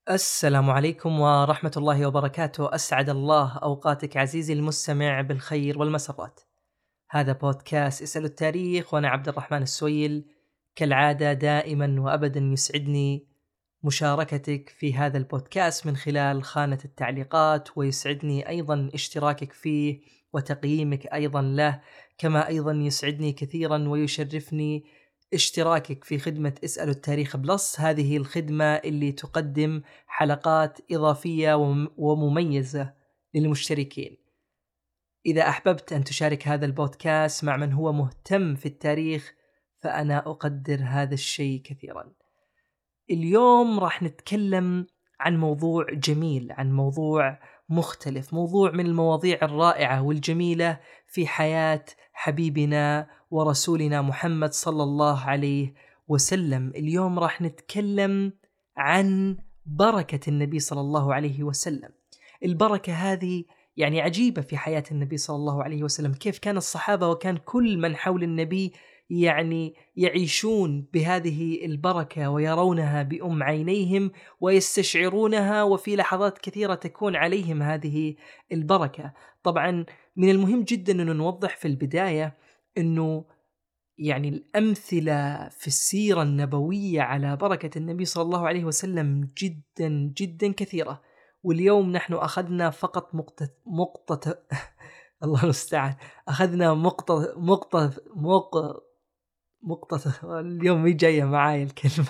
السلام عليكم ورحمة الله وبركاته. أسعد الله أوقاتك عزيزي المستمع بالخير والمسرات. هذا بودكاست اسألوا التاريخ وأنا عبد الرحمن السويل. كالعادة دائما وأبدا يسعدني مشاركتك في هذا البودكاست من خلال خانة التعليقات، ويسعدني أيضا اشتراكك فيه وتقييمك أيضا له، كما أيضا يسعدني كثيرا ويشرفني اشتراكك في خدمة اسألوا التاريخ بلس. هذه الخدمة اللي تقدم حلقات إضافية ومميزة للمشتركين. إذا أحببت أن تشارك هذا البودكاست مع من هو مهتم في التاريخ فأنا أقدر هذا الشيء كثيرا. اليوم راح نتكلم عن موضوع جميل، عن موضوع مختلف، موضوع من المواضيع الرائعة والجميلة في حياة حبيبنا ورسولنا محمد صلى الله عليه وسلم. اليوم راح نتكلم عن بركة النبي صلى الله عليه وسلم. البركة هذه يعني عجيبة في حياة النبي صلى الله عليه وسلم، كيف كان الصحابة وكان كل من حول النبي يعني يعيشون بهذه البركة ويرونها بأم عينيهم ويستشعرونها، وفي لحظات كثيرة تكون عليهم هذه البركة. طبعا من المهم جدا أن نوضح في البداية أنه يعني الأمثلة في السيرة النبوية على بركة النبي صلى الله عليه وسلم جدا جدا كثيرة، واليوم نحن أخذنا فقط مقطة الله المستعان، أخذنا مقطة اليوم مي جاية معاي الكلمة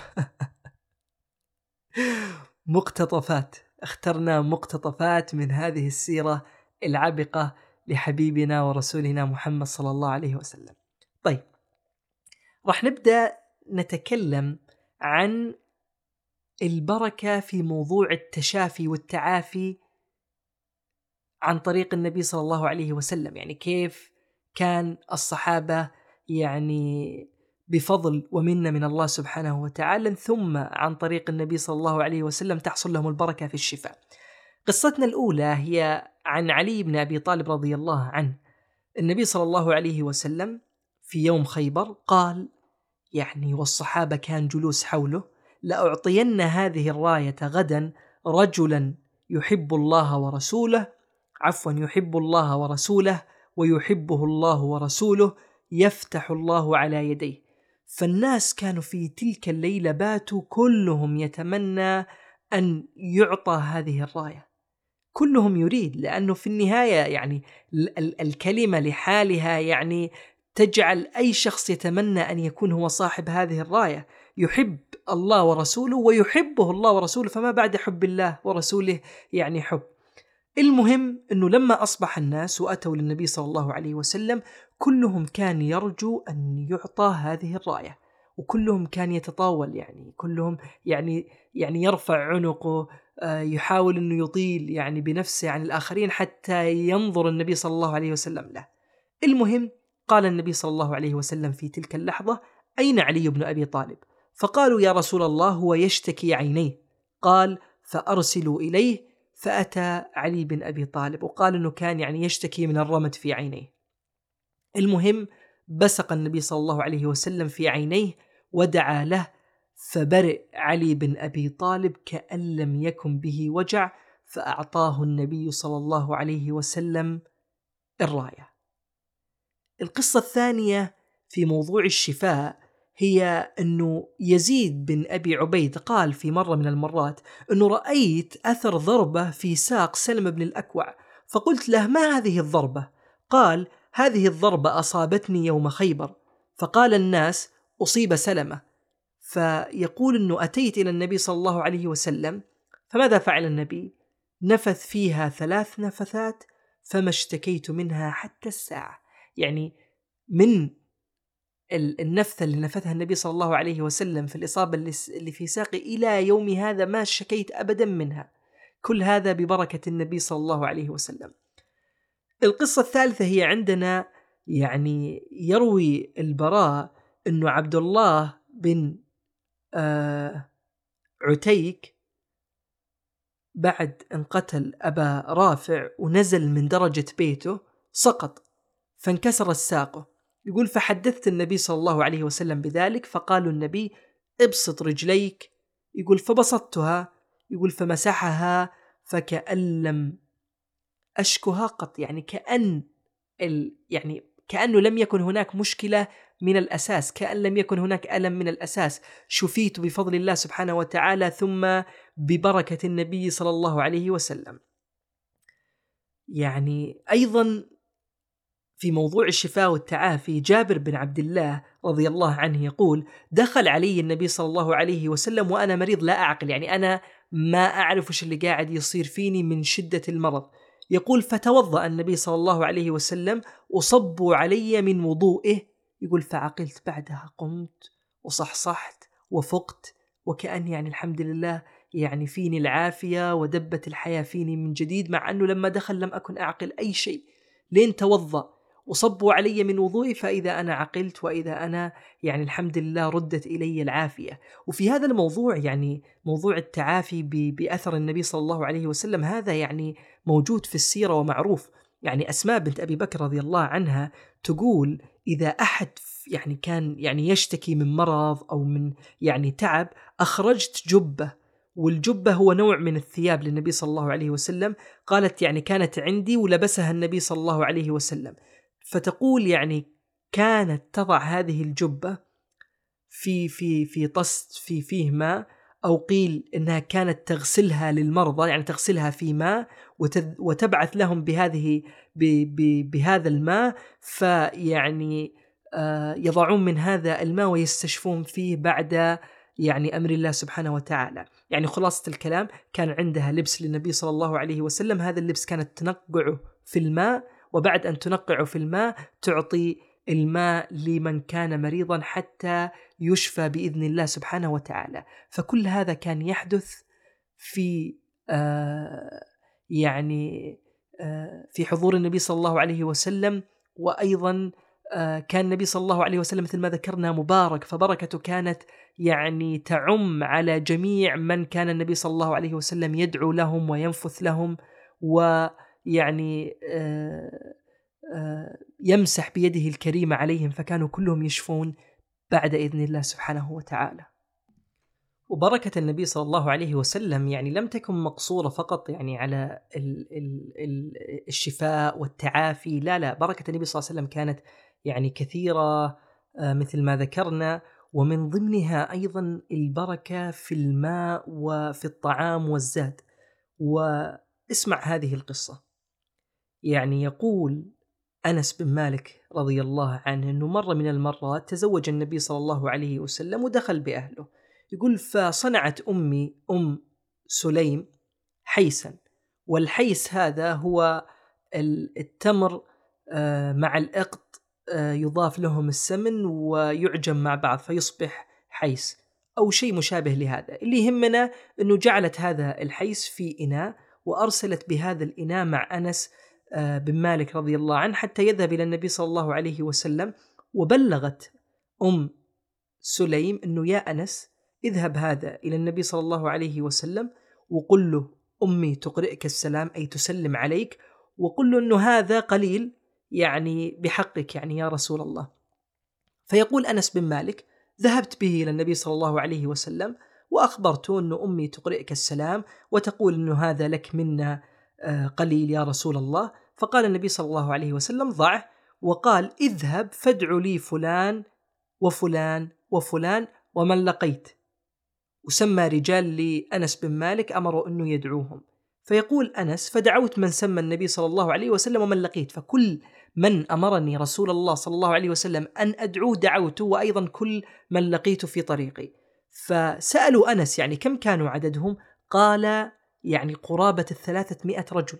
مقتطفات. اخترنا مقتطفات من هذه السيرة العبقة لحبيبنا ورسولنا محمد صلى الله عليه وسلم. طيب، راح نبدأ نتكلم عن البركة في موضوع التشافي والتعافي عن طريق النبي صلى الله عليه وسلم. يعني كيف كان الصحابة يعني بفضل ومنة من الله سبحانه وتعالى ثم عن طريق النبي صلى الله عليه وسلم تحصل لهم البركة في الشفاء. قصتنا الأولى هي عن علي بن أبي طالب رضي الله عنه. النبي صلى الله عليه وسلم في يوم خيبر قال يعني والصحابة كان جلوس حوله: لأعطين هذه الراية غدا رجلا يحب الله ورسوله ويحبه الله ورسوله يفتح الله على يديه. فالناس كانوا في تلك الليلة باتوا كلهم يتمنى أن يعطى هذه الراية، كلهم يريد، لأنه في النهاية يعني الكلمة لحالها يعني تجعل أي شخص يتمنى أن يكون هو صاحب هذه الراية، يحب الله ورسوله ويحبه الله ورسوله، فما بعد حب الله ورسوله يعني حب. المهم أنه لما أصبح الناس وأتوا للنبي صلى الله عليه وسلم كلهم كان يرجو أن يعطى هذه الراية، وكلهم كان يتطاول، يعني كلهم يعني يرفع عنقه، يحاول أنه يطيل يعني بنفسه عن الآخرين حتى ينظر النبي صلى الله عليه وسلم له. المهم قال النبي صلى الله عليه وسلم في تلك اللحظة: أين علي بن أبي طالب؟ فقالوا: يا رسول الله هو يشتكي عينيه. قال: فأرسلوا إليه. فأتى علي بن أبي طالب وقال أنه كان يعني يشتكي من الرمد في عينيه. المهم بصق النبي صلى الله عليه وسلم في عينيه ودعا له، فبرئ علي بن أبي طالب كأن لم يكن به وجع، فأعطاه النبي صلى الله عليه وسلم الراية. القصة الثانية في موضوع الشفاء هي أنه يزيد بن أبي عبيد قال في مرة من المرات أنه رأيت أثر ضربة في ساق سلم بن الأكوع، فقلت له: ما هذه الضربة؟ قال: هذه الضربة أصابتني يوم خيبر. فقال الناس: أصيب سلمة. فيقول أنه أتيت إلى النبي صلى الله عليه وسلم، فماذا فعل النبي؟ نفث فيها 3 نفثات فما اشتكيت منها حتى الساعة. يعني من النفثة اللي نفثها النبي صلى الله عليه وسلم في الإصابة اللي في ساقي إلى يوم هذا ما شكيت أبدا منها. كل هذا ببركة النبي صلى الله عليه وسلم. القصة الثالثة هي عندنا يعني يروي البراء أنه عبد الله بن عتيك بعد أن قتل أبا رافع ونزل من درجة بيته سقط فانكسر الساق. يقول: فحدثت النبي صلى الله عليه وسلم بذلك، فقال النبي: ابسط رجليك. يقول: فبسطتها. يقول فمسحها فكأن لم أشكها قط، يعني كأنه لم يكن هناك مشكلة من الأساس، كأن لم يكن هناك ألم من الأساس، شفيت بفضل الله سبحانه وتعالى ثم ببركة النبي صلى الله عليه وسلم. يعني أيضا في موضوع الشفاء والتعافي، جابر بن عبد الله رضي الله عنه يقول دخل علي النبي صلى الله عليه وسلم وأنا مريض لا أعقل، يعني أنا ما أعرف وش اللي قاعد يصير فيني من شدة المرض. يقول فتوضأ النبي صلى الله عليه وسلم وصبوا علي من وضوئه، يقول فعقلت بعدها قمت وصحصحت وفقت وكأن يعني الحمد لله يعني فيني العافية ودبت الحياة فيني من جديد، مع أنه لما دخل لم أكن أعقل أي شيء، لين توضأ وصبوا علي من وضوئي فإذا أنا عقلت وإذا أنا يعني الحمد لله ردت إلي العافية. وفي هذا الموضوع يعني موضوع التعافي بأثر النبي صلى الله عليه وسلم هذا يعني موجود في السيرة ومعروف. يعني أسماء بنت أبي بكر رضي الله عنها تقول إذا أحد يعني كان يعني يشتكي من مرض أو من يعني تعب أخرجت جبة، والجبة هو نوع من الثياب للنبي صلى الله عليه وسلم، قالت يعني كانت عندي ولبسها النبي صلى الله عليه وسلم. فتقول يعني كانت تضع هذه الجبة في طست فيه ماء، أو قيل إنها كانت تغسلها للمرضى، يعني تغسلها في ماء وتبعث لهم بهذا الماء، فيعني يضعون من هذا الماء ويستشفون فيه بعد يعني أمر الله سبحانه وتعالى. يعني خلاصة الكلام كان عندها لبس للنبي صلى الله عليه وسلم، هذا اللبس كانت تنقعه في الماء، وبعد أن تنقعه في الماء تعطي الماء لمن كان مريضا حتى يشفى بإذن الله سبحانه وتعالى. فكل هذا كان يحدث في في حضور النبي صلى الله عليه وسلم. وأيضا كان النبي صلى الله عليه وسلم مثل ما ذكرنا مبارك، فبركته كانت يعني تعم على جميع من كان النبي صلى الله عليه وسلم يدعو لهم وينفث لهم، ويعني يمسح بيده الكريمة عليهم، فكانوا كلهم يشفون بعد إذن الله سبحانه وتعالى. وبركة النبي صلى الله عليه وسلم يعني لم تكن مقصورة فقط يعني على الشفاء والتعافي، لا، بركة النبي صلى الله عليه وسلم كانت يعني كثيرة مثل ما ذكرنا، ومن ضمنها أيضا البركة في الماء وفي الطعام والزاد. واسمع هذه القصة. يعني يقول أنس بن مالك رضي الله عنه أنه مرة من المرات تزوج النبي صلى الله عليه وسلم ودخل بأهله. يقول فصنعت أمي أم سليم حيسا، والحيس هذا هو التمر مع الإقط يضاف لهم السمن ويعجم مع بعض فيصبح حيس أو شيء مشابه لهذا. اللي يهمنا أنه جعلت هذا الحيس في إناء وأرسلت بهذا الإناء مع أنس بن مالك رضي الله عنه حتى يذهب إلى النبي صلى الله عليه وسلم. وبلغت أم سليم أنه يا أنس اذهب هذا إلى النبي صلى الله عليه وسلم وقل له أمي تقرئك السلام أي تسلم عليك، وقل له أنه هذا قليل يعني بحقك يعني يا رسول الله. فيقول أنس بن مالك ذهبت به إلى النبي صلى الله عليه وسلم وأخبرته أن أمي تقرئك السلام وتقول أنه هذا لك منا قليل يا رسول الله. فقال النبي صلى الله عليه وسلم ضعه، وقال اذهب فادع لي فلان وفلان وفلان ومن لقيت، وسمى رجال لأنس بن مالك أمروا أنه يدعوهم. فيقول أنس فدعوت من سمى النبي صلى الله عليه وسلم ومن لقيت، فكل من أمرني رسول الله صلى الله عليه وسلم أن أدعوه دعوته، وأيضا كل من لقيته في طريقي. فسألوا أنس يعني كم كانوا عددهم؟ قال يعني قرابة 300 رجل.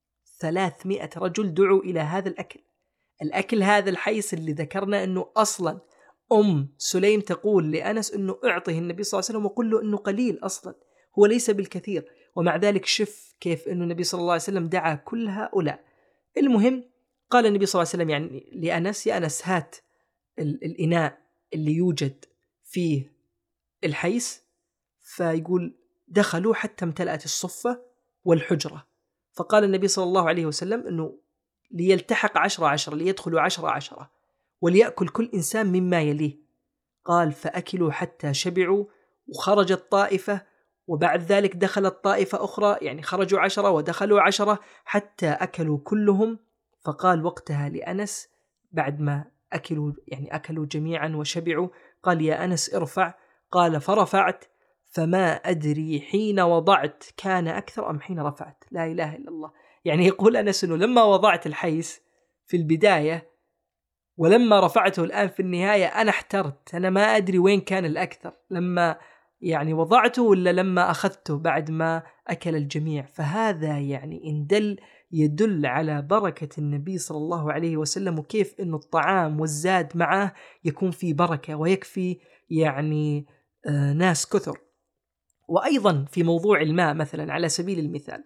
300 رجل دعوا إلى هذا الأكل هذا الحيس اللي ذكرنا أنه أصلا أم سليم تقول لأنس أنه أعطيه النبي صلى الله عليه وسلم وقل له أنه قليل أصلا، هو ليس بالكثير، ومع ذلك شف كيف أنه النبي صلى الله عليه وسلم دعا كل هؤلاء. المهم قال النبي صلى الله عليه وسلم يعني لأنس يا أنس هات الإناء اللي يوجد فيه الحيس. فيقول دخلوا حتى امتلأت الصفة والحجرة. فقال النبي صلى الله عليه وسلم أنه ليلتحق 10 ليدخلوا 10 وليأكل كل إنسان مما يليه. قال فأكلوا حتى شبعوا، وخرجت طائفة وبعد ذلك دخلت طائفة أخرى، يعني خرجوا 10 ودخلوا 10 حتى أكلوا كلهم. فقال وقتها لأنس بعد ما أكلوا، يعني أكلوا جميعا وشبعوا، قال يا أنس ارفع. قال فرفعت فما أدري حين وضعت كان أكثر أم حين رفعت. لا إله إلا الله. يعني يقول أنس أنه لما وضعت الحيث في البداية ولما رفعته الآن في النهاية أنا احترت، أنا ما أدري وين كان الأكثر، لما يعني وضعته ولا لما أخذته بعد ما أكل الجميع. فهذا يعني إن يدل على بركة النبي صلى الله عليه وسلم، وكيف أنه الطعام والزاد معه يكون فيه بركة ويكفي يعني ناس كثر. وأيضا في موضوع الماء مثلا على سبيل المثال،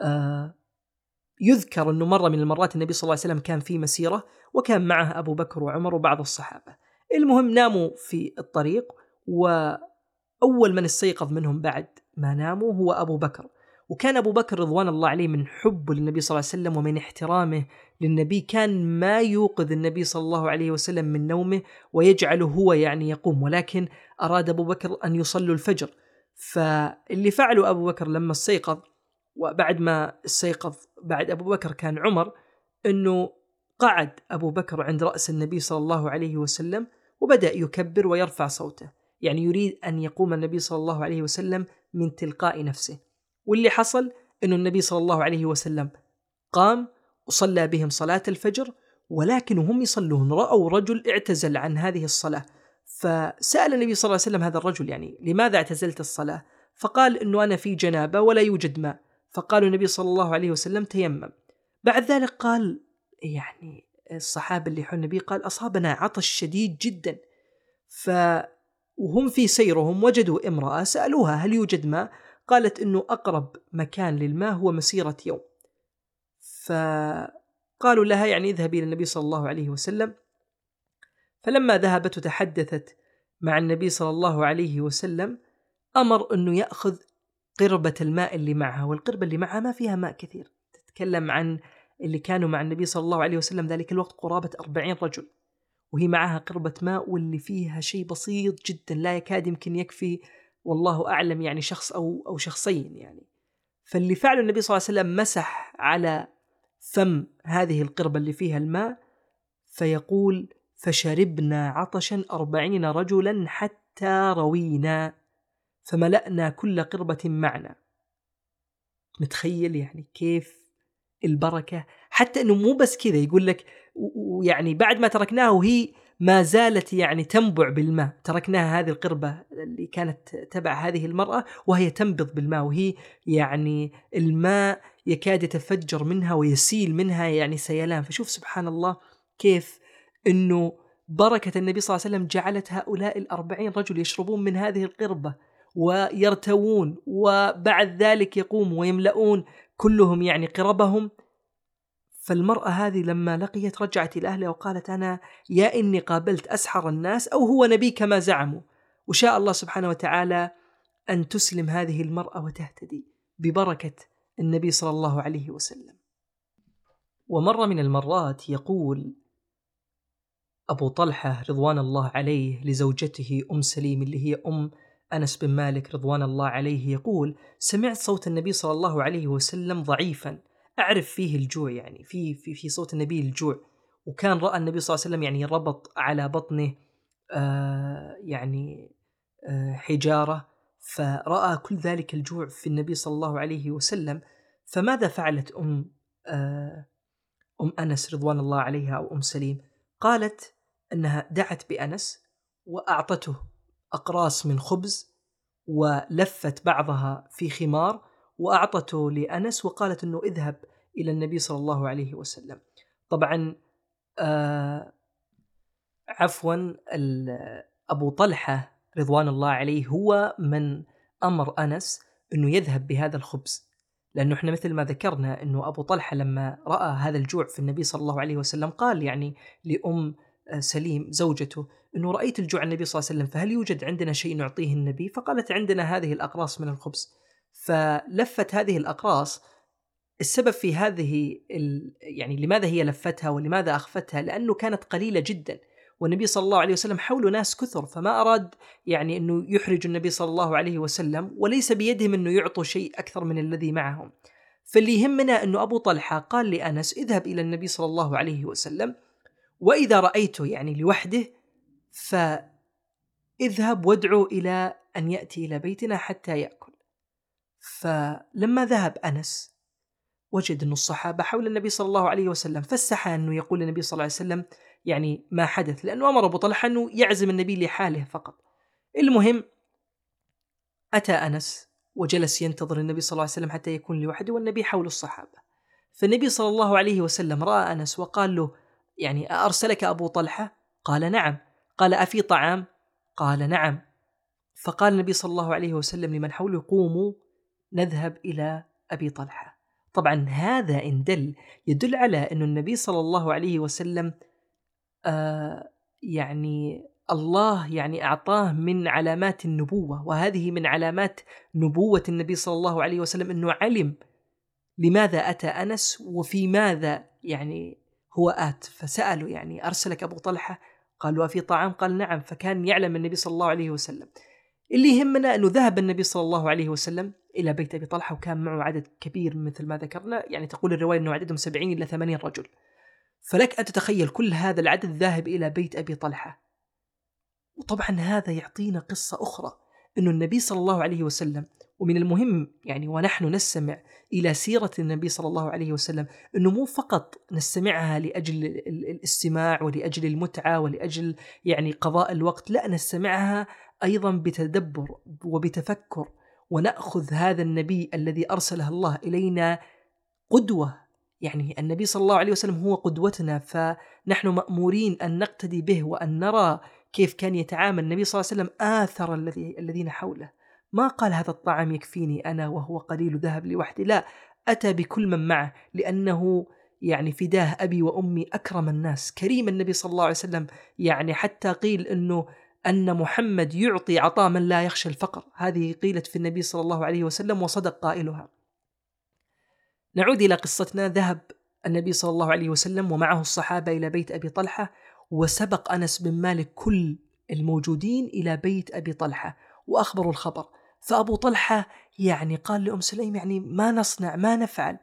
يذكر أنه مرة من المرات النبي صلى الله عليه وسلم كان في مسيرة وكان معه أبو بكر وعمر وبعض الصحابة. المهم ناموا في الطريق، وأول من استيقظ منهم بعد ما ناموا هو أبو بكر. وكان أبو بكر رضوان الله عليه من حبه للنبي صلى الله عليه وسلم ومن احترامه للنبي كان ما يوقظ النبي صلى الله عليه وسلم من نومه ويجعله هو يعني يقوم، ولكن أراد أبو بكر أن يصلوا الفجر. فاللي فعله أبو بكر لما استيقظ، وبعد ما استيقظ بعد أبو بكر كان عمر، أنه قعد أبو بكر عند رأس النبي صلى الله عليه وسلم وبدأ يكبر ويرفع صوته، يعني يريد أن يقوم النبي صلى الله عليه وسلم من تلقاء نفسه. واللي حصل أنه النبي صلى الله عليه وسلم قام وصلى بهم صلاة الفجر، ولكن هم يصلون رأوا رجل اعتزل عن هذه الصلاة. فسأل النبي صلى الله عليه وسلم هذا الرجل يعني لماذا اعتزلت الصلاة؟ فقال أنه أنا في جنابة ولا يوجد ماء. فقالوا النبي صلى الله عليه وسلم تيمم. بعد ذلك قال يعني الصحابة اللي حول النبي قال أصابنا عطش شديد جدا. وهم في سيرهم وجدوا امرأة سألوها هل يوجد ماء؟ قالت أنه أقرب مكان للماء هو مسيرة يوم. فقالوا لها يعني اذهبي إلى النبي صلى الله عليه وسلم. فلما ذهبت وتحدثت مع النبي صلى الله عليه وسلم أمر أنه يأخذ قربة الماء اللي معها، والقربة اللي معها ما فيها ماء كثير. تتكلم عن اللي كانوا مع النبي صلى الله عليه وسلم ذلك الوقت قرابة 40 رجل، وهي معها قربة ماء واللي فيها شيء بسيط جدا لا يكاد يمكن يكفي والله أعلم يعني شخص أو شخصين يعني. فاللي فعله النبي صلى الله عليه وسلم مسح على فم هذه القربة اللي فيها الماء، فيقول فشربنا عطشا 40 رجلا حتى روينا فملأنا كل قربة معنا. متخيل يعني كيف البركة؟ حتى أنه مو بس كذا، يقول لك ويعني بعد ما تركناها وهي ما زالت يعني تنبع بالماء، تركناها هذه القربة اللي كانت تبع هذه المرأة وهي تنبض بالماء، وهي يعني الماء يكاد يتفجر منها ويسيل منها يعني سيلان. فشوف سبحان الله كيف أنه بركة النبي صلى الله عليه وسلم جعلت هؤلاء 40 رجل يشربون من هذه القربة ويرتوون، وبعد ذلك يقوموا ويملؤون كلهم يعني قربهم. فالمرأة هذه لما لقيت رجعت إلى أهلها وقالت أنا يا إني قابلت أسحر الناس أو هو نبي كما زعموا. وشاء الله سبحانه وتعالى أن تسلم هذه المرأة وتهتدي ببركة النبي صلى الله عليه وسلم. ومرة من المرات يقول أبو طلحة رضوان الله عليه لزوجته أم سليم اللي هي أم أنس بن مالك رضوان الله عليه، يقول سمعت صوت النبي صلى الله عليه وسلم ضعيفا أعرف فيه الجوع، يعني في صوت النبي الجوع. وكان رأى النبي صلى الله عليه وسلم يعني ربط على بطنه حجارة، فرأى كل ذلك الجوع في النبي صلى الله عليه وسلم. فماذا فعلت أم أنس رضوان الله عليها أو أم سليم؟ قالت أنها دعت بأنس وأعطته أقراص من خبز ولفت بعضها في خمار وأعطته لأنس وقالت أنه اذهب إلى النبي صلى الله عليه وسلم. طبعا أبو طلحة رضوان الله عليه هو من أمر أنس أنه يذهب بهذا الخبز، لأنه إحنا مثل ما ذكرنا أنه أبو طلحة لما رأى هذا الجوع في النبي صلى الله عليه وسلم قال يعني لأم سليم زوجته أنه رأيت الجوع النبي صلى الله عليه وسلم فهل يوجد عندنا شيء نعطيه النبي؟ فقالت عندنا هذه الأقراص من الخبز. فلفت هذه الأقراص. السبب في هذه يعني لماذا هي لفتها ولماذا أخفتها؟ لأنه كانت قليلة جدا، والنبي صلى الله عليه وسلم حوله ناس كثر، فما أراد يعني أنه يحرج النبي صلى الله عليه وسلم، وليس بيدهم أنه يعطوا شيء أكثر من الذي معهم. فاللي يهمنا أنه أبو طلحة قال لأنس اذهب إلى النبي صلى الله عليه وسلم، وإذا رأيته يعني لوحده فاذهب وادعو إلى أن يأتي إلى بيتنا حتى يأكل. فلما ذهب أنس وجد أن الصحابة حول النبي صلى الله عليه وسلم، فاستحى أنه يقول للنبي صلى الله عليه وسلم يعني ما حدث، لأنه أمر أبو طلحة أنه يعزم النبي لحاله فقط. المهم أتى أنس وجلس ينتظر النبي صلى الله عليه وسلم حتى يكون لوحده والنبي حول الصحابة. فالنبي صلى الله عليه وسلم رأى أنس وقال له يعني أرسلك أبو طلحة؟ قال نعم. قال أفي طعام؟ قال نعم. فقال النبي صلى الله عليه وسلم لمن حوله قوموا نذهب إلى أبي طلحة. طبعا هذا إن يدل على أن النبي صلى الله عليه وسلم يعني الله يعني أعطاه من علامات النبوة، وهذه من علامات نبوة النبي صلى الله عليه وسلم أنه علم لماذا أتى أنس وفي ماذا يعني هو آت. فسأله يعني أرسلك أبو طلحة؟ قالوا أفي طعام؟ قال نعم. فكان يعلم النبي صلى الله عليه وسلم. اللي يهمنا أنه ذهب النبي صلى الله عليه وسلم إلى بيت أبي طلحة، وكان معه عدد كبير مثل ما ذكرنا، يعني تقول الرواية أنه عددهم 70 إلى 80 رجل. فلك أن تتخيل كل هذا العدد ذاهب إلى بيت أبي طلحة. وطبعا هذا يعطينا قصة أخرى، أنه النبي صلى الله عليه وسلم، ومن المهم يعني ونحن نستمع إلى سيرة النبي صلى الله عليه وسلم، أنه مو فقط نستمعها لأجل الاستماع ولأجل المتعة ولأجل يعني قضاء الوقت، لا، نستمعها أيضا بتدبر وبتفكر، ونأخذ هذا النبي الذي أرسله الله إلينا قدوة. يعني النبي صلى الله عليه وسلم هو قدوتنا، فنحن مأمورين أن نقتدي به وأن نرى كيف كان يتعامل النبي صلى الله عليه وسلم آثر الذين حوله. ما قال هذا الطعام يكفيني أنا وهو قليل ذهب لوحدي، لا، أتى بكل من معه، لأنه يعني فداه أبي وأمي أكرم الناس، كريم النبي صلى الله عليه وسلم. يعني حتى قيل أن محمد يعطي عطاء من لا يخشى الفقر، هذه قيلت في النبي صلى الله عليه وسلم وصدق قائلها. نعود إلى قصتنا. ذهب النبي صلى الله عليه وسلم ومعه الصحابة إلى بيت أبي طلحة، وسبق أنس بن مالك كل الموجودين إلى بيت أبي طلحة وأخبروا الخبر. فأبو طلحة يعني قال لأم سليم يعني ما نصنع ما نفعل.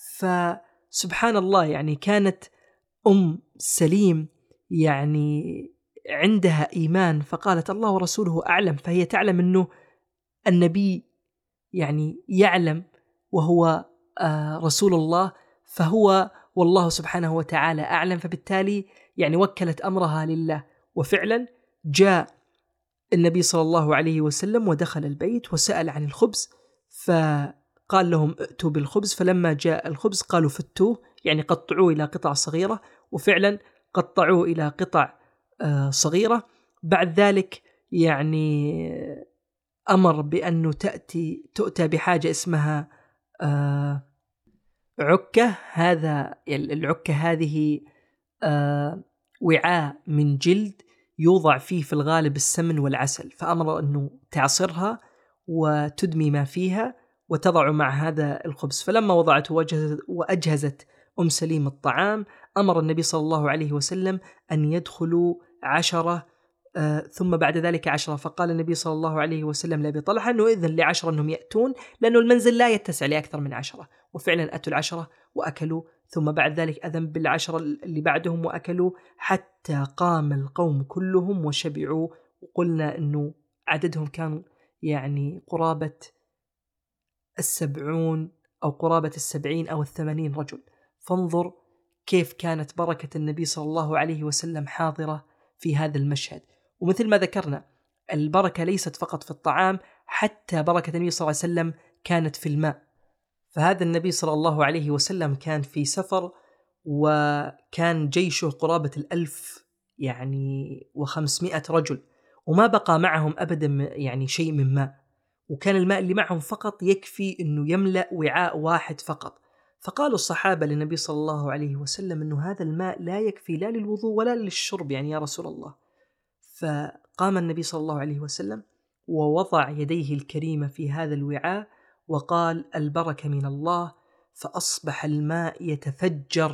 فسبحان الله يعني كانت أم سليم يعني عندها إيمان، فقالت الله ورسوله أعلم، فهي تعلم أنه النبي يعني يعلم وهو رسول الله، فهو والله سبحانه وتعالى أعلم، فبالتالي يعني وكلت أمرها لله. وفعلا جاء النبي صلى الله عليه وسلم ودخل البيت وسأل عن الخبز، فقال لهم ائتوا بالخبز. فلما جاء الخبز قالوا فتوه، يعني قطعوه إلى قطع صغيرة، وفعلا قطعوه إلى قطع صغيرة. بعد ذلك يعني أمر بأنه تؤتى بحاجة اسمها عكة. هذا العكة هذه وعاء من جلد يوضع فيه في الغالب السمن والعسل، فأمر أنه تعصرها وتدمي ما فيها وتضع مع هذا الخبز. فلما وضعته وأجهزت أم سليم الطعام، أمر النبي صلى الله عليه وسلم أن يدخلوا 10 ثم بعد ذلك 10. فقال النبي صلى الله عليه وسلم لأبي طلحة أنه إذن ل10 أنهم يأتون، لأنه المنزل لا يتسع لأكثر من 10. وفعلا أتوا 10 وأكلوا، ثم بعد ذلك أذن 10 اللي بعدهم وأكلوا، حتى قام القوم كلهم وشبعوا. وقلنا أنه عددهم كان يعني قرابة 70 أو قرابة 70 أو 80 رجل. فانظر كيف كانت بركة النبي صلى الله عليه وسلم حاضرة في هذا المشهد. ومثل ما ذكرنا البركة ليست فقط في الطعام، حتى بركة النبي صلى الله عليه وسلم كانت في الماء. فهذا النبي صلى الله عليه وسلم كان في سفر، وكان جيشه قرابة 1000 يعني و500 رجل، وما بقى معهم أبدا يعني شيء من ماء، وكان الماء اللي معهم فقط يكفي أنه يملأ وعاء واحد فقط. فقالوا الصحابة للنبي صلى الله عليه وسلم أنه هذا الماء لا يكفي لا للوضوء ولا للشرب يعني يا رسول الله. فقام النبي صلى الله عليه وسلم ووضع يديه الكريمة في هذا الوعاء وقال البركة من الله، فأصبح الماء يتفجر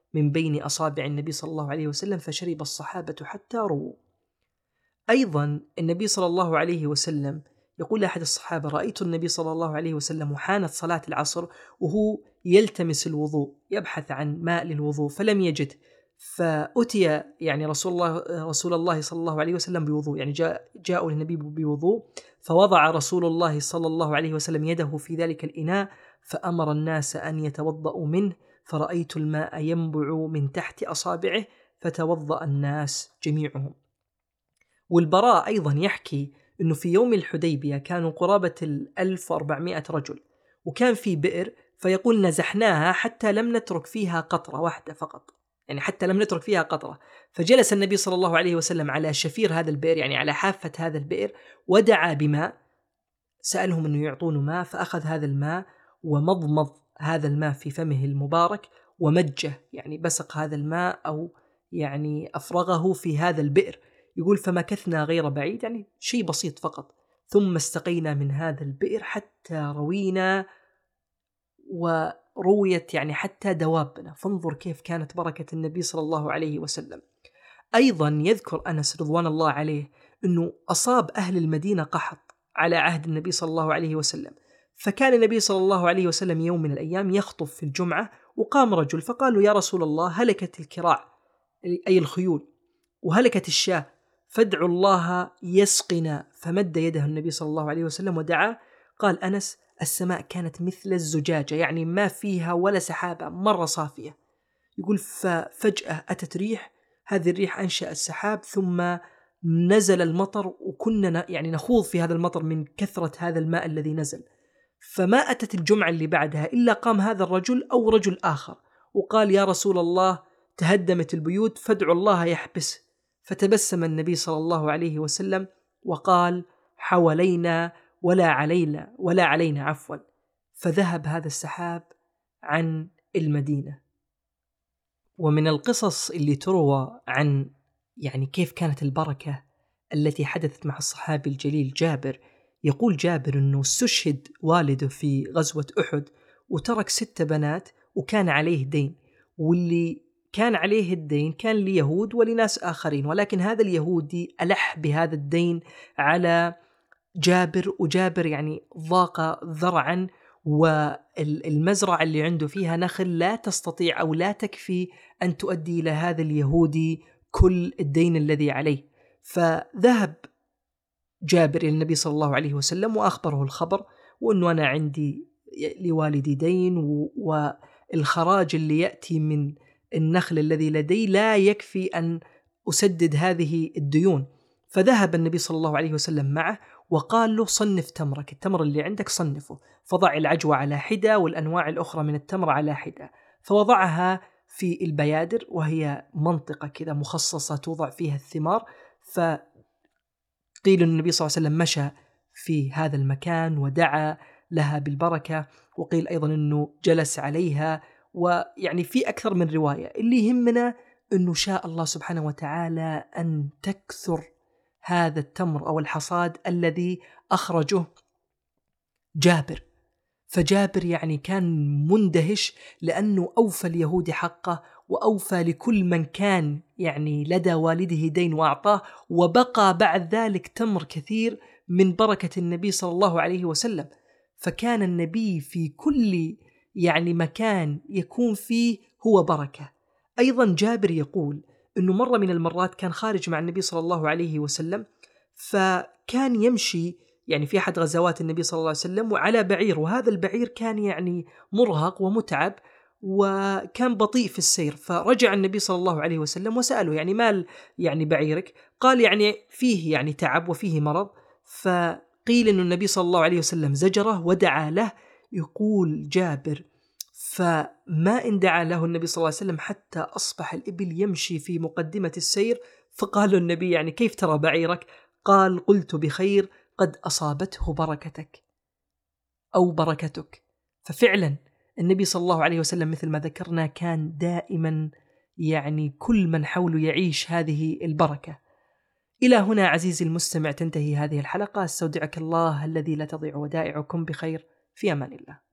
من بين أصابع النبي صلى الله عليه وسلم فشرب الصحابة حتى رووا. أيضا النبي صلى الله عليه وسلم يقول أحد الصحابة: رأيت النبي صلى الله عليه وسلم وحانت صلاة العصر وهو يلتمس الوضوء، يبحث عن ماء للوضوء فلم يجد، فأتي يعني رسول الله صلى الله عليه وسلم بوضوء، يعني جاءوا للنبي بوضوء، فوضع رسول الله صلى الله عليه وسلم يده في ذلك الإناء فأمر الناس أن يتوضأوا منه، فرأيت الماء ينبع من تحت أصابعه فتوضأ الناس جميعهم. والبراء أيضا يحكي أنه في يوم الحديبية كانوا قرابة 1400 رجل، وكان في بئر، فيقول نزحناها حتى لم نترك فيها قطرة واحدة فقط، يعني حتى لم نترك فيها قطرة. فجلس النبي صلى الله عليه وسلم على شفير هذا البئر، يعني على حافة هذا البئر، ودعا بماء، سألهم أنه يعطونه ماء، فأخذ هذا الماء ومضمض هذا الماء في فمه المبارك ومجه، يعني بسق هذا الماء أو يعني أفرغه في هذا البئر. يقول فمكثنا غير بعيد، يعني شيء بسيط فقط، ثم استقينا من هذا البئر حتى روينا ورويت يعني حتى دوابنا. فانظر كيف كانت بركة النبي صلى الله عليه وسلم. أيضا يذكر أنس رضوان الله عليه أنه أصاب أهل المدينة قحط على عهد النبي صلى الله عليه وسلم، فكان النبي صلى الله عليه وسلم يوم من الأيام يخطب في الجمعة، وقام رجل فقالوا: يا رسول الله، هلكت الكراع أي الخيول وهلكت الشاة، فادعوا الله يسقنا. فمد يده النبي صلى الله عليه وسلم ودعا. قال أنس: السماء كانت مثل الزجاجة، يعني ما فيها ولا سحابة، مرة صافية. يقول ففجأة أتت ريح، هذه الريح أنشأت السحاب، ثم نزل المطر، وكنا يعني نخوض في هذا المطر من كثرة هذا الماء الذي نزل. فما أتت الجمعة اللي بعدها إلا قام هذا الرجل أو رجل آخر وقال: يا رسول الله، تهدمت البيوت، فادعوا الله يحبس. فتبسم النبي صلى الله عليه وسلم وقال: حوالينا ولا علينا عفوا. فذهب هذا السحاب عن المدينة. ومن القصص اللي تروى عن يعني كيف كانت البركة التي حدثت مع الصحابي الجليل جابر، يقول جابر أنه استشهد والده في غزوة أحد وترك 6 بنات وكان عليه دين، واللي كان عليه الدين كان ليهود ولناس آخرين، ولكن هذا اليهودي ألح بهذا الدين على جابر، وجابر يعني ضاق ذرعا، والمزرعة اللي عنده فيها نخل لا تستطيع أو لا تكفي أن تؤدي إلى هذا اليهودي كل الدين الذي عليه. فذهب جابر إلى النبي صلى الله عليه وسلم وأخبره الخبر، وأنه أنا عندي لوالدي دين، والخراج اللي يأتي من النخل الذي لدي لا يكفي أن أسدد هذه الديون. فذهب النبي صلى الله عليه وسلم معه وقال له: صنف تمرك، التمر اللي عندك صنفه، فضع العجوة على حدة والأنواع الأخرى من التمر على حدة، فوضعها في البيادر، وهي منطقة كذا مخصصة توضع فيها الثمار. فقيل النبي صلى الله عليه وسلم مشى في هذا المكان ودعا لها بالبركة، وقيل أيضا أنه جلس عليها، ويعني في أكثر من رواية. اللي يهمنا أنه شاء الله سبحانه وتعالى أن تكثر هذا التمر أو الحصاد الذي أخرجه جابر. فجابر يعني كان مندهش، لأنه أوفى اليهود حقه، وأوفى لكل من كان يعني لدى والده دين وأعطاه، وبقى بعد ذلك تمر كثير من بركة النبي صلى الله عليه وسلم. فكان النبي في كل يعني مكان يكون فيه هو بركة. أيضا جابر يقول أنه مرة من المرات كان خارج مع النبي صلى الله عليه وسلم، فكان يمشي يعني في أحد غزوات النبي صلى الله عليه وسلم وعلى بعير، وهذا البعير كان يعني مرهق ومتعب وكان بطيء في السير. فرجع النبي صلى الله عليه وسلم وسأله: يعني مال يعني بعيرك؟ قال: يعني فيه يعني تعب وفيه مرض. فقيل أن النبي صلى الله عليه وسلم زجره ودعا له. يقول جابر: فما إن دعا له النبي صلى الله عليه وسلم حتى أصبح الإبل يمشي في مقدمة السير. فقال النبي: يعني كيف ترى بعيرك؟ قال: قلت بخير، قد أصابته بركتك أو بركتك. ففعلا النبي صلى الله عليه وسلم مثل ما ذكرنا كان دائما يعني كل من حوله يعيش هذه البركة. إلى هنا عزيزي المستمع تنتهي هذه الحلقة. استودعك الله الذي لا تضيع ودائعكم بخير، في أمان الله.